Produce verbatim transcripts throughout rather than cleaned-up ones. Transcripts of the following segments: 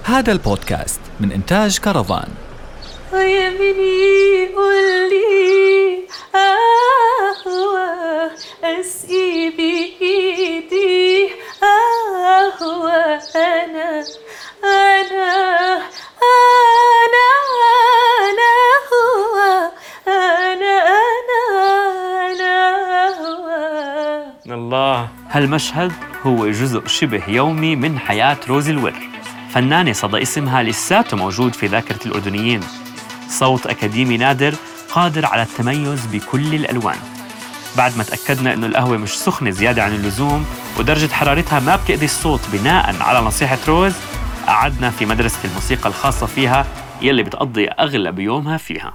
هذا البودكاست من إنتاج كرفان. ويمني قولي آه أسقي بإيدي آه أنا أنا أنا أنا هو أنا أنا أنا هو. الله، هالمشهد هو جزء شبه يومي من حياة روز الور، فنانة صدى اسمها لساته موجود في ذاكرة الأردنيين. صوت أكاديمي نادر قادر على التميز بكل الألوان. بعد ما تأكدنا إنه القهوة مش سخنة زيادة عن اللزوم ودرجة حرارتها ما بتأذي الصوت بناء على نصيحة روز، قعدنا في مدرسة الموسيقى الخاصة فيها يلي بتقضي أغلب يومها فيها.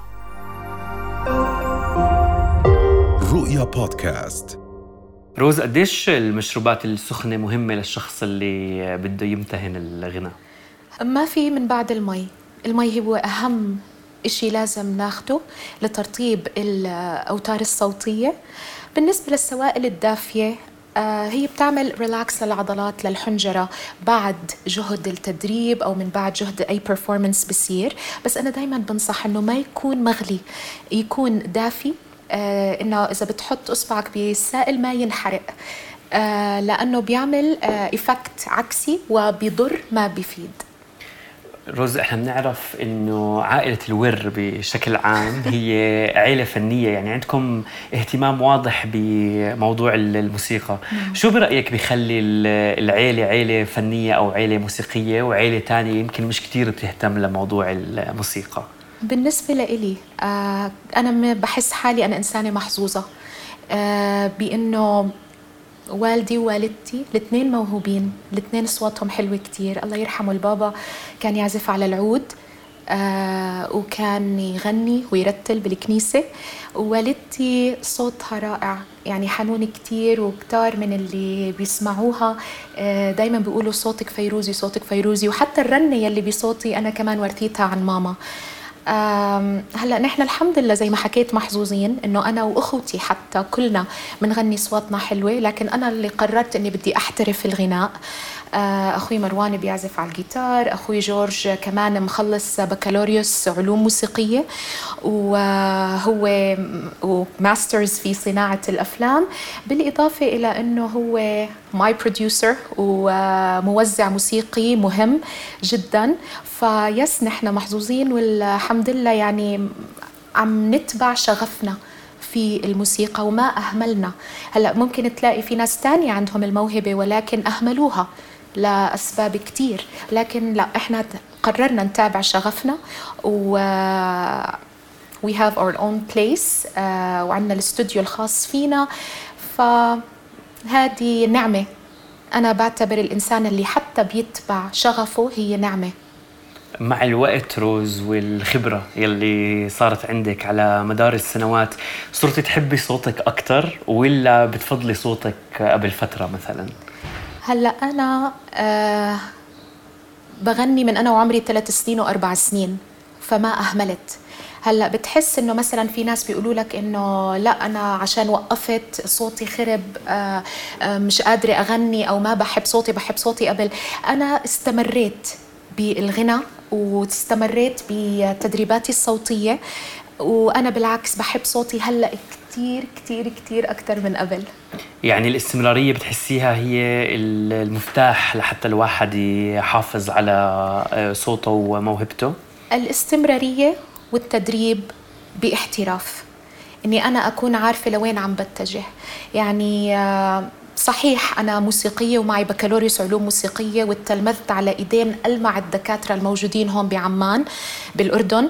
رؤيا بودكاست. روز، قديش المشروبات السخنة مهمة للشخص اللي بده يمتهن الغناء؟ ما في من بعد المي. المي هو أهم إشي لازم ناخده لترطيب الأوتار الصوتية. بالنسبة للسوائل الدافية آه هي بتعمل ريلاكس للعضلات للحنجرة بعد جهد التدريب أو من بعد جهد أي performance بصير. بس أنا دايماً بنصح إنه ما يكون مغلي، يكون دافي. آه إنه إذا بتحط إصبعك بالسائل ما ينحرق، آه لأنه بيعمل آه إفكت عكسي وبيضر ما بيفيد. روز، احنا بنعرف انه عائلة الور بشكل عام هي عائلة فنية، يعني عندكم اهتمام واضح بموضوع الموسيقى. شو برأيك بيخلي العائلة عائلة فنية او عائلة موسيقية وعائلة تانية يمكن مش كتير بتهتم لموضوع الموسيقى؟ بالنسبة لإلي آه أنا بحس حالي أنا إنسانة محظوظة آه بأنه والدي ووالدتي الاثنين موهوبين، الاثنين صوتهم حلوة كتير. الله يرحمه البابا كان يعزف على العود آه وكان يغني ويرتل بالكنيسة، ووالدتي صوتها رائع، يعني حنون كتير، وكتار من اللي بيسمعوها آه دايما بيقولوا صوتك فيروزي صوتك فيروزي. وحتى الرنة يلي بصوتي أنا كمان ورثيتها عن ماما. هلأ نحن الحمد لله زي ما حكيت محظوظين إنه أنا وأخوتي حتى كلنا منغني صوتنا حلوة، لكن أنا اللي قررت إني بدي أحترف الغناء. أخوي مروان بيعزف على الجيتار، أخوي جورج كمان مخلص بكالوريوس علوم موسيقية وهو ماسترز في صناعة الأفلام، بالإضافة إلى أنه هو ماي بروديوسر وموزع موسيقي مهم جدا. فيس نحن محظوظين والحمد لله، يعني عم نتبع شغفنا في الموسيقى وما أهملنا. هلأ ممكن تلاقي في ناس تانية عندهم الموهبة ولكن أهملوها لأسباب كتير، لكن لا، إحنا قررنا نتابع شغفنا و we have our own place uh, وعندنا الاستوديو الخاص فينا. فهذه نعمة. أنا بعتبر الإنسان اللي حتى بيتبع شغفه هي نعمة. مع الوقت روز والخبرة يلي صارت عندك على مدار السنوات، صرتي تحبي صوتك أكتر ولا بتفضلي صوتك قبل فترة مثلا؟ هلأ أنا آه بغني من أنا وعمري ثلاث سنين وأربع سنين، فما أهملت. هلأ بتحس إنه مثلا في ناس بيقولوا لك إنه لا أنا عشان وقفت صوتي خرب آه آه مش قادرة أغني أو ما بحب صوتي، بحب صوتي قبل. أنا استمريت بالغناء واستمريت بتدريباتي الصوتية، وأنا بالعكس بحب صوتي هلأ كتير كتير كتير أكتر من قبل. يعني الاستمرارية بتحسيها هي المفتاح لحتى الواحد يحافظ على صوته وموهبته؟ الاستمرارية والتدريب باحتراف، إني أنا أكون عارفة لوين عم بتجه. يعني صحيح أنا موسيقية ومعي بكالوريوس علوم موسيقية واتلمذت على إيدين ألمع الدكاترة الموجودين هون بعمان بالأردن،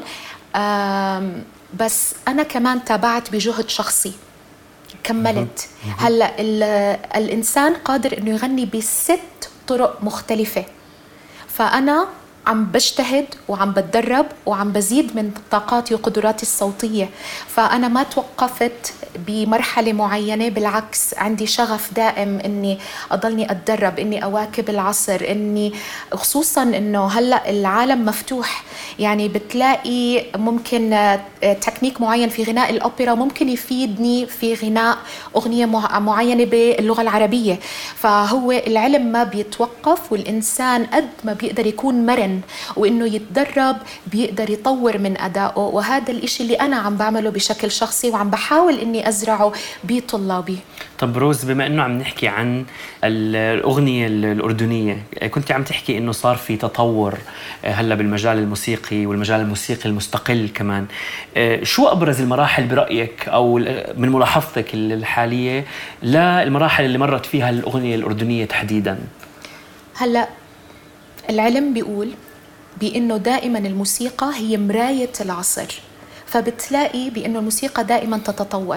بس أنا تابعت تابعت بجهد شخصي كملت. هلأ الإنسان قادر إنه يغني بست طرق مختلفة، فأنا عم بجتهد وعم بتدرب وعم بزيد من طاقاتي وقدراتي الصوتية. فأنا ما توقفت بمرحلة معينة، بالعكس عندي شغف دائم إني أضلني أتدرب، إني أواكب العصر، إني خصوصاً إنه هلأ العالم مفتوح. يعني بتلاقي ممكن تكنيك معين في غناء الأوبرا ممكن يفيدني في غناء أغنية معينة باللغة العربية. فهو العلم ما بيتوقف، والإنسان قد ما بيقدر يكون مرن يتمرن وإنه يتدرب بيقدر يطور من أدائه. وهذا الإشي اللي أنا عم بعمله بشكل شخصي وعم بحاول إني أزرعه بطلابي. طب روز، بما إنه عم نحكي عن الأغنية الأردنية، كنت عم تحكي إنه صار في تطور هلا بالمجال الموسيقي والمجال الموسيقي المستقل كمان. شو أبرز المراحل برأيك أو من ملاحظتك الحالية للمراحل اللي مرت فيها الأغنية الأردنية تحديداً؟ هلا العلم بيقول بأنه دائما الموسيقى هي مراية العصر، فبتلاقي بأنه الموسيقى دائما تتطور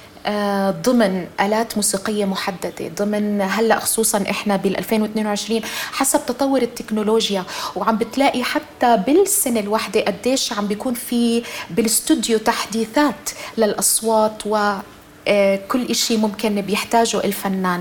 ضمن آلات موسيقية محددة، ضمن هلأ خصوصاً إحنا بالألفين واثنين وعشرين حسب تطور التكنولوجيا، وعم بتلاقي حتى بالسنة الواحدة قديش عم بيكون في بالاستوديو تحديثات للأصوات وكل إشي ممكن بيحتاجه الفنان.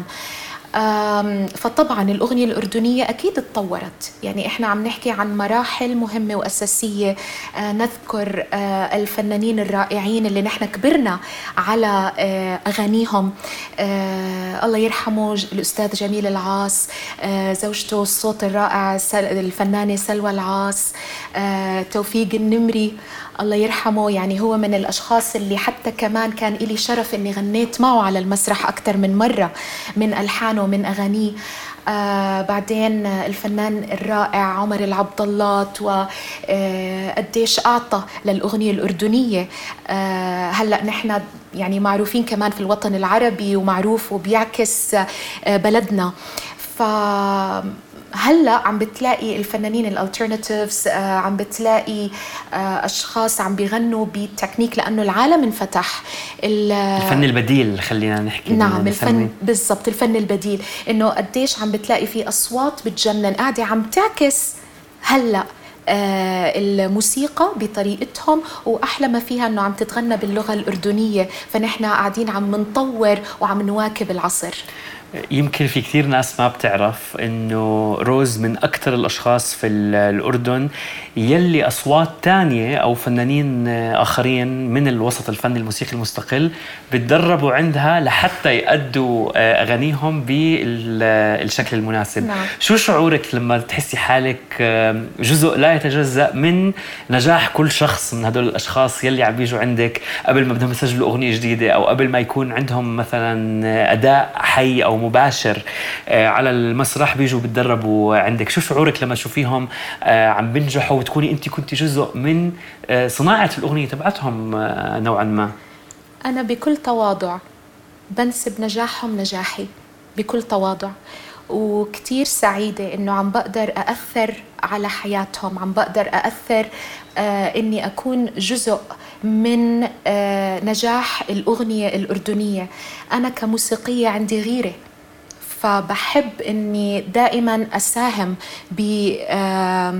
فطبعاً الأغنية الأردنية أكيد اتطورت، يعني إحنا عم نحكي عن مراحل مهمة وأساسية. نذكر الفنانين الرائعين اللي نحن كبرنا على أغانيهم، الله يرحمه الأستاذ جميل العاص، زوجته الصوت الرائع الفنانة سلوى العاص، توفيق النمري الله يرحمه، يعني هو من الأشخاص اللي حتى كمان كان إلي شرف أني غنيت معه على المسرح أكثر من مرة من ألحانه ومن أغانيه. آه بعدين الفنان الرائع عمر العبداللات وقديش آه أعطى للأغنية الأردنية. آه هلأ نحن يعني معروفين كمان في الوطن العربي ومعروف وبيعكس آه بلدنا. ف هلا عم بتلاقي الفنانين الالترناتيفز، آه عم بتلاقي آه اشخاص عم بيغنوا بالتكنيك لانه العالم انفتح. الفن البديل خلينا نحكي. نعم الفن بالضبط، الفن البديل، انه قديش عم بتلاقي في اصوات بتجنن قاعده عم تعكس هلا آه الموسيقى بطريقتهم، وأحلى ما فيها أنه عم تتغنى باللغة الأردنية، فنحن قاعدين عم نطور وعم نواكب العصر. يمكن في كثير ناس ما بتعرف إنه روز من أكثر الأشخاص في الأردن يلي أصوات تانية أو فنانين آخرين من الوسط الفني الموسيقي المستقل بتدربوا عندها لحتى يأدوا أغانيهم بالشكل المناسب. نعم. شو شعورك لما تحسي حالك جزء لا يتجزأ من نجاح كل شخص من هدول الأشخاص يلي عم بيجوا عندك قبل ما بدهم يسجلوا أغنية جديدة أو قبل ما يكون عندهم مثلا أداء حي أو مباشر على المسرح بيجوا بتدربوا عندك؟ شو شعورك لما تشوفيهم عم بنجحوا وتكوني أنت كنت جزء من صناعة الأغنية تبعتهم نوعا ما؟ أنا بكل تواضع بنسب نجاحهم نجاحي بكل تواضع، وكتير سعيدة إنه عم بقدر أأثر على حياتهم، عم بقدر أأثر آه إني أكون جزء من آه نجاح الأغنية الأردنية. أنا كموسيقية عندي غيرة، فبحب إني دائما أساهم ب آه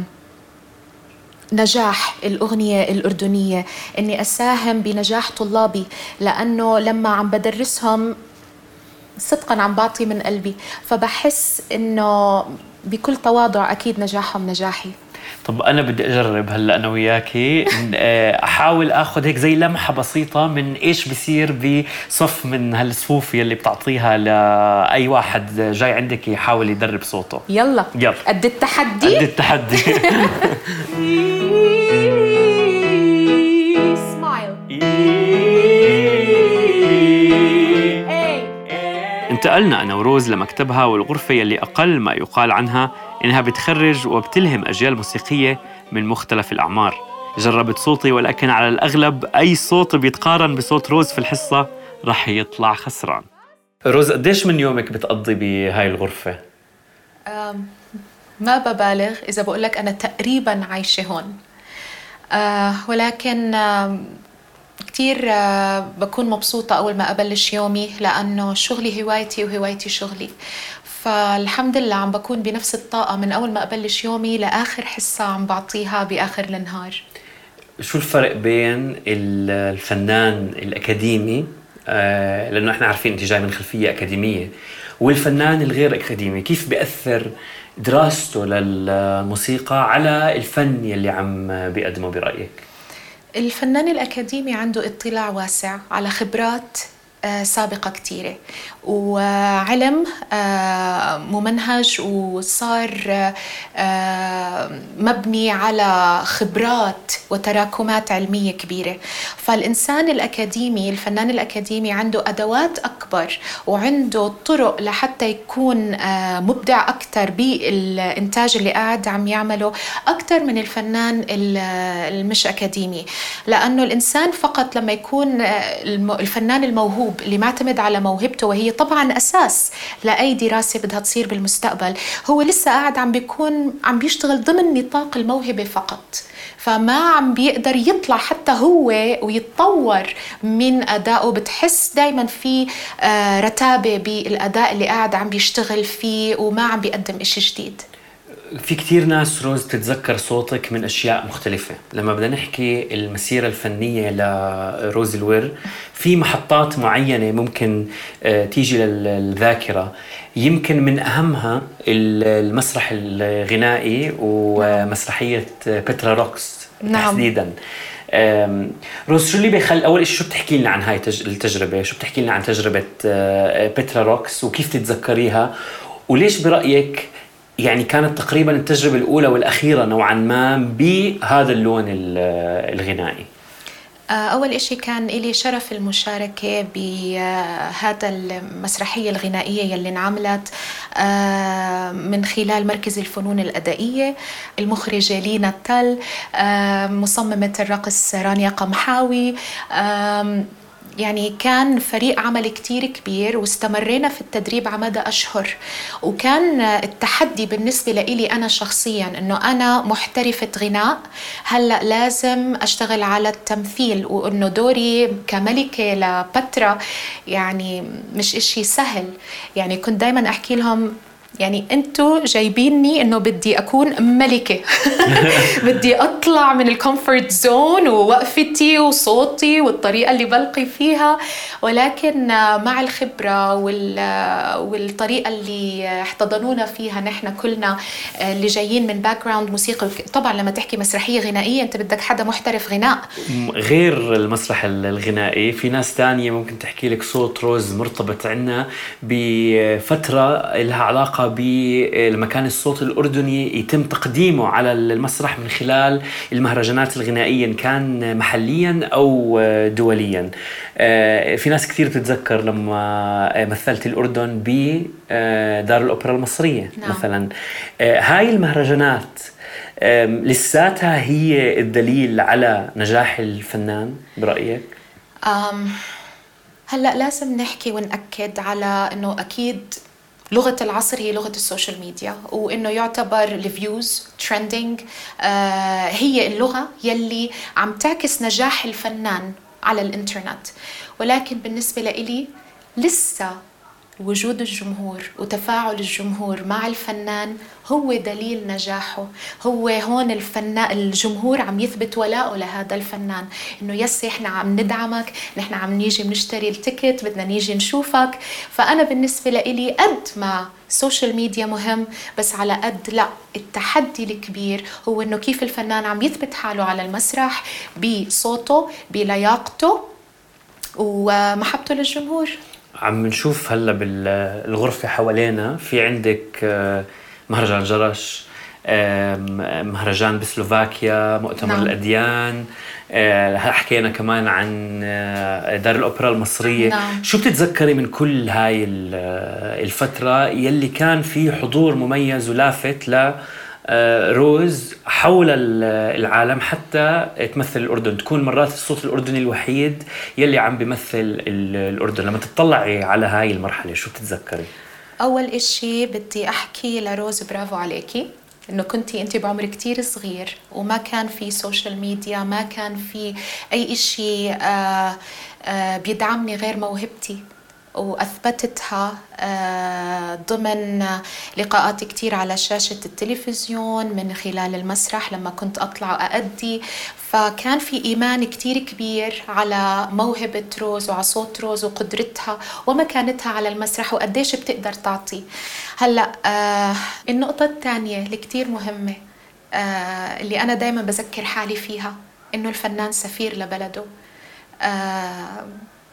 نجاح الأغنية الأردنية، إني أساهم بنجاح طلابي، لأنه لما عم بدرسهم صدقاً عم بعطي من قلبي، فبحس إنه بكل تواضع أكيد نجاحهم نجاحي. طب أنا بدي أجرب هلأ أنا وياكي أحاول أخذ هيك زي لمحة بسيطة من إيش بيصير بصف من هالصفوف يلي بتعطيها لأي واحد جاي عندك يحاول يدرب صوته. يلا يلا قد التحدي. قد التحدي. انتقلنا أنا وروز لمكتبها والغرفة يلي أقل ما يقال عنها إنها بتخرج وبتلهم أجيال موسيقية من مختلف الأعمار. جربت صوتي، ولكن على الأغلب أي صوت بيتقارن بصوت روز في الحصة رح يطلع خسران. روز، قديش من يومك بتقضي بهاي الغرفة؟ ما ببالغ إذا بقول لك أنا تقريباً عايشة هون، أه ولكن أه كتير بكون مبسوطة أول ما أبلش يومي، لأنه شغلي هوايتي وهوايتي شغلي، فالحمد لله عم بكون بنفس الطاقة من أول ما أبلش يومي لآخر حصة عم بعطيها بآخر النهار. شو الفرق بين الفنان الأكاديمي، آه لأنه إحنا عارفين أنت جاي من خلفية أكاديمية، والفنان الغير أكاديمي؟ كيف بيأثر دراسته للموسيقى على الفن يلي عم بيقدمه برأيك؟ الفنان الأكاديمي عنده اطلاع واسع على خبرات سابقة كتيرة وعلم ممنهج وصار مبني على خبرات وتراكمات علمية كبيرة. فالإنسان الأكاديمي الفنان الأكاديمي عنده أدوات أكبر وعنده طرق لحتى يكون مبدع أكتر بالإنتاج اللي قاعد عم يعمله أكتر من الفنان المش أكاديمي. لأنه الإنسان فقط لما يكون الفنان الموهوب اللي معتمد على موهبته وهي طبعا أساس لأي دراسة بدها تصير بالمستقبل، هو لسه قاعد عم بيكون عم بيشتغل ضمن نطاق الموهبة فقط، فما عم بيقدر يطلع حتى هو ويتطور من أدائه. بتحس دايما في رتابة بالأداء اللي قاعد عم بيشتغل فيه وما عم بيقدم إشي جديد. في كتير ناس روز تتذكر صوتك من أشياء مختلفة. لما بدنا نحكي المسيرة الفنية لروز الور، في محطات معينة ممكن تيجي للذاكرة، يمكن من أهمها المسرح الغنائي ومسرحية بيترا روكس تحديداً. روز، شو اللي بيخل أول شيء شو بتحكي لنا عن هاي التجربة؟ شو بتحكي لنا عن تجربة بيترا روكس وكيف تتذكريها، وليش برأيك يعني كانت تقريباً التجربة الأولى والأخيرة نوعاً ما بهذا اللون الغنائي؟ أول إشي كان إلي شرف المشاركة بهذا المسرحية الغنائية يلي انعملت من خلال مركز الفنون الأدائية، المخرجة لينا التل، مصممة الرقص رانيا قمحاوي. يعني كان فريق عمل كتير كبير واستمرينا في التدريب على مدى أشهر. وكان التحدي بالنسبة لي أنا شخصياً أنه أنا محترفة غناء، هلأ لازم أشتغل على التمثيل، وأنه دوري كملكة لبترا يعني مش إشي سهل. يعني كنت دايماً أحكي لهم يعني أنتوا جايبيني إنه بدي أكون ملكة بدي أطلع من الكومفورت زون ووقفتي وصوتي والطريقة اللي بلقي فيها، ولكن مع الخبرة والطريقة اللي احتضنونا فيها نحن كلنا اللي جايين من باك جراوند موسيقى. طبعا لما تحكي مسرحية غنائية أنت بدك حدا محترف غناء. غير المسرح الغنائي في ناس تانية ممكن تحكي لك صوت روز مرتبط عنا بفترة لها علاقة لما كان الصوت الأردني يتم تقديمه على المسرح من خلال المهرجانات الغنائية، كان محليا أو دوليا. في ناس كثير بتتذكر لما مثلت الأردن بدار الأوبرا المصرية. نعم. مثلا هاي المهرجانات لساتها هي الدليل على نجاح الفنان برأيك؟ أم هلأ لازم نحكي ونأكد على أنه أكيد لغة العصر هي لغة السوشيال ميديا، وإنه يعتبر الفيوز ترندينج آه هي اللغة يلي عم تعكس نجاح الفنان على الإنترنت. ولكن بالنسبة لإلي لسه وجود الجمهور وتفاعل الجمهور مع الفنان هو دليل نجاحه. هو هون الفنان الجمهور عم يثبت ولاءه لهذا الفنان، إنه يس إحنا عم ندعمك، نحن عم نيجي بنشتري التيكت، بدنا نيجي نشوفك. فأنا بالنسبة لإلي قد ما السوشيال ميديا مهم، بس على قد لا التحدي الكبير هو إنه كيف الفنان عم يثبت حاله على المسرح بصوته بلياقته ومحبته للجمهور. عم نشوف هلا بالغرفة حوالينا في عندك مهرجان جرش، مهرجان بسلوفاكيا، مؤتمر نعم. الأديان، حكينا كمان عن دار الأوبرا المصرية. نعم. شو بتتذكري من كل هاي الفترة يلي كان في حضور مميز ولافت ل روز حول العالم حتى تمثل الأردن، تكون مرات الصوت الأردني الوحيد يلي عم بيمثل الأردن؟ لما تطلعي على هاي المرحلة شو بتتذكري؟ أول إشي بدي أحكي لروز برافو عليكي، إنه كنتي أنت بعمر كتير صغير وما كان في سوشيال ميديا، ما كان في أي إشي آآ آآ بيدعمني غير موهبتي، وأثبتتها ضمن لقاءات كتير على شاشة التلفزيون من خلال المسرح لما كنت أطلع وأأدي. فكان في إيمان كتير كبير على موهبة روز وعلى صوت روز وقدرتها ومكانتها على المسرح وقديش بتقدر تعطي. هلأ النقطة الثانية اللي كتير مهمة اللي أنا دايما بذكر حالي فيها إنه الفنان سفير لبلده.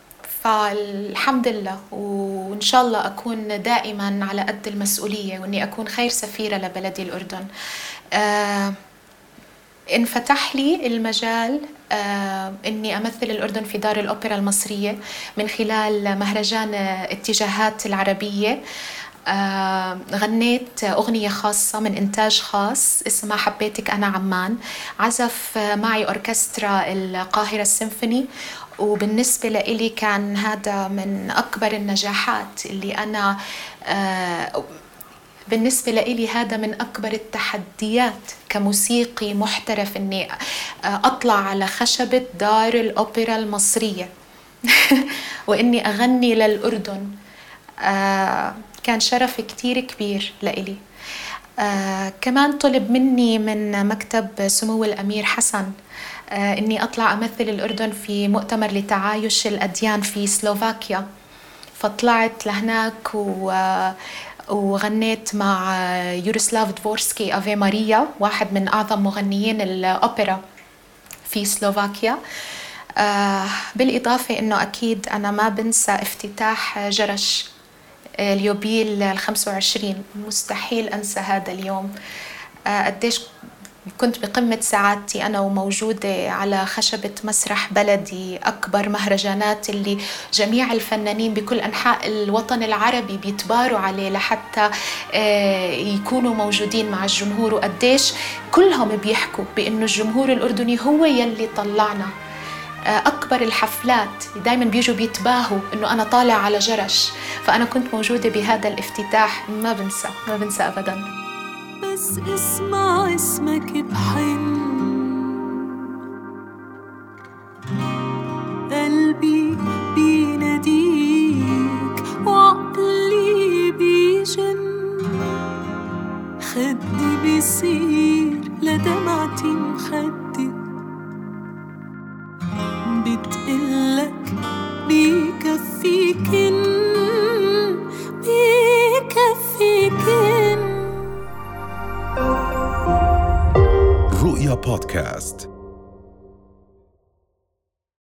فالحمد لله، وإن شاء الله أكون دائما على قد المسؤولية، وإني أكون خير سفيرة لبلدي الأردن. آه انفتح لي المجال آه إني أمثل الأردن في دار الأوبرا المصرية من خلال مهرجان اتجاهات العربية. آه غنيت أغنية خاصة من إنتاج خاص اسمها حبيتك أنا عمان، عزف معي أوركسترا القاهرة السيمفوني، وبالنسبة لي كان هذا من أكبر النجاحات اللي أنا آه بالنسبة لي هذا من أكبر التحديات كموسيقي محترف، إني أطلع على خشبة دار الأوبرا المصرية وإني أغني للأردن. آه كان شرف كتير كبير لإلي. آه كمان طلب مني من مكتب سمو الأمير حسن آه إني أطلع أمثل الأردن في مؤتمر لتعايش الأديان في سلوفاكيا، فطلعت لهناك و وغنيت مع يوروسلاف دفورسكي أفي ماريا، واحد من أعظم مغنيين الأوبرا في سلوفاكيا. آه بالإضافة إنه أكيد أنا ما بنسى افتتاح جرش اليوبيل الخمسة وعشرين، مستحيل أنسى هذا اليوم. آه قديش كنت بقمة سعادتي أنا وموجودة على خشبة مسرح بلدي، أكبر مهرجانات اللي جميع الفنانين بكل أنحاء الوطن العربي بيتباروا عليه لحتى يكونوا موجودين مع الجمهور، وقديش كلهم بيحكوا بأنه الجمهور الأردني هو يلي طلعنا. أكبر الحفلات دايما بيجوا بيتباهوا أنه أنا طالع على جرش، فأنا كنت موجودة بهذا الافتتاح، ما بنسى ما بنسى أبداً. بس اسمع اسمك بحن، قلبي بيناديك وعقلي بيجن، خدي بيصير لدمعتي مخدي، بتقلك بيكفيكن بيكفيكن. رؤيا بودكاست.